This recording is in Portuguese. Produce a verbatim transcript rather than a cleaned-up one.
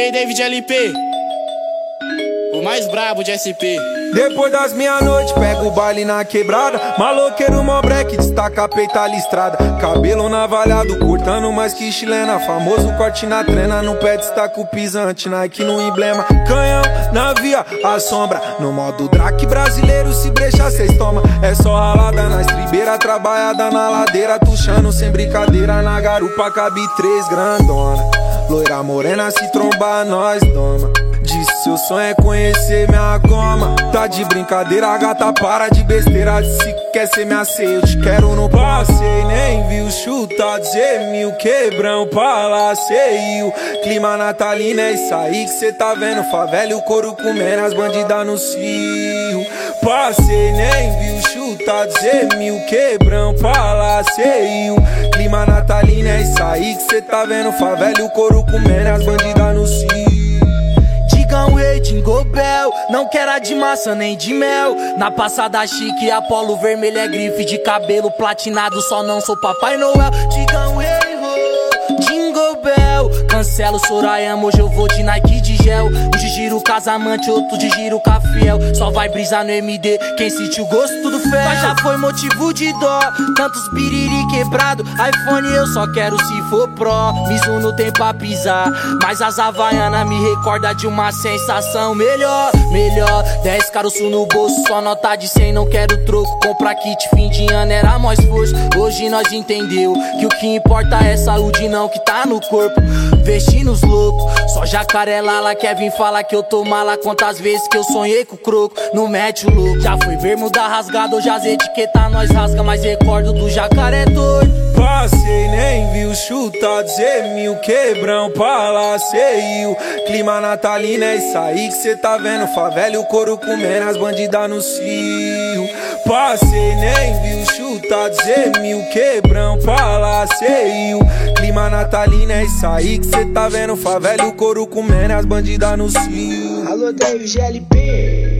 D J David L P, o mais brabo de S P. Depois das meia-noite, pego o baile na quebrada. Maloqueiro, mó breque, destaca a peita listrada. Cabelo navalhado, cortando mais que chilena. Famoso corte na trena, no pé destaca o pisante. Nike no emblema, canhão na via, a sombra. No modo Drake brasileiro, se brecha cês toma. É só ralada na estribeira, trabalhada na ladeira. Tuxando sem brincadeira, na garupa cabe três grandona. Loira morena, se trombar nós doma. Disse seu sonho é conhecer minha goma. Tá de brincadeira, a gata para de besteira. Se quer ser minha ceia, eu te quero no passei. Nem viu chutar, dizer mil quebrão, palaceio. Clima natalino é isso aí que cê tá vendo. Favela e o couro comendo as bandidas no cio. Passei, nem viu chutar, dizer mil quebrão, palaceio. Clima natalino é isso aí que cê tá vendo. Favela e o couro comendo as bandidas no cio. Digam rei, Jingle Bell, não quero a de maçã nem de mel. Na passada chique, Apolo vermelho é grife. De cabelo platinado, só não sou Papai Noel. Digam rei, ho, Jingle Bell. Cancelo Sorayama, hoje eu vou de Nike de gel. Um de giro casamante, outro de giro cafiel. Só vai brisar no M D, quem sentiu o gosto do fel. Mas já foi motivo de dó, tantos piriri quebrado. iPhone eu só quero se for pro. Mizuno tem pra pisar, mas as Havaianas me recorda de uma sensação melhor. Melhor, dez caroço no bolso, só nota de cem, não quero troco. Comprar kit, fim de ano era mó esforço. Hoje nós entendeu que o que importa é saúde, não que tá no corpo. Vestindo os loucos, só jacaré lala quer vir falar que eu tô mala. Quantas vezes que eu sonhei com o croco, não mete o louco. Já foi bermuda rasgada, hoje as etiquetas nós rasga. Mas recordo do jacaré doido. Passei, nem viu chutar, dizer mil quebrão, palaceio. Clima natalino é isso aí que cê tá vendo. Favela e o couro comendo as bandidas no cio. Passei, nem viu chutar, dizer mil quebrão, palaceio. Clima natalino é isso aí que cê tá vendo. Favela e o couro comendo as bandidas no cio. Alô, David L P.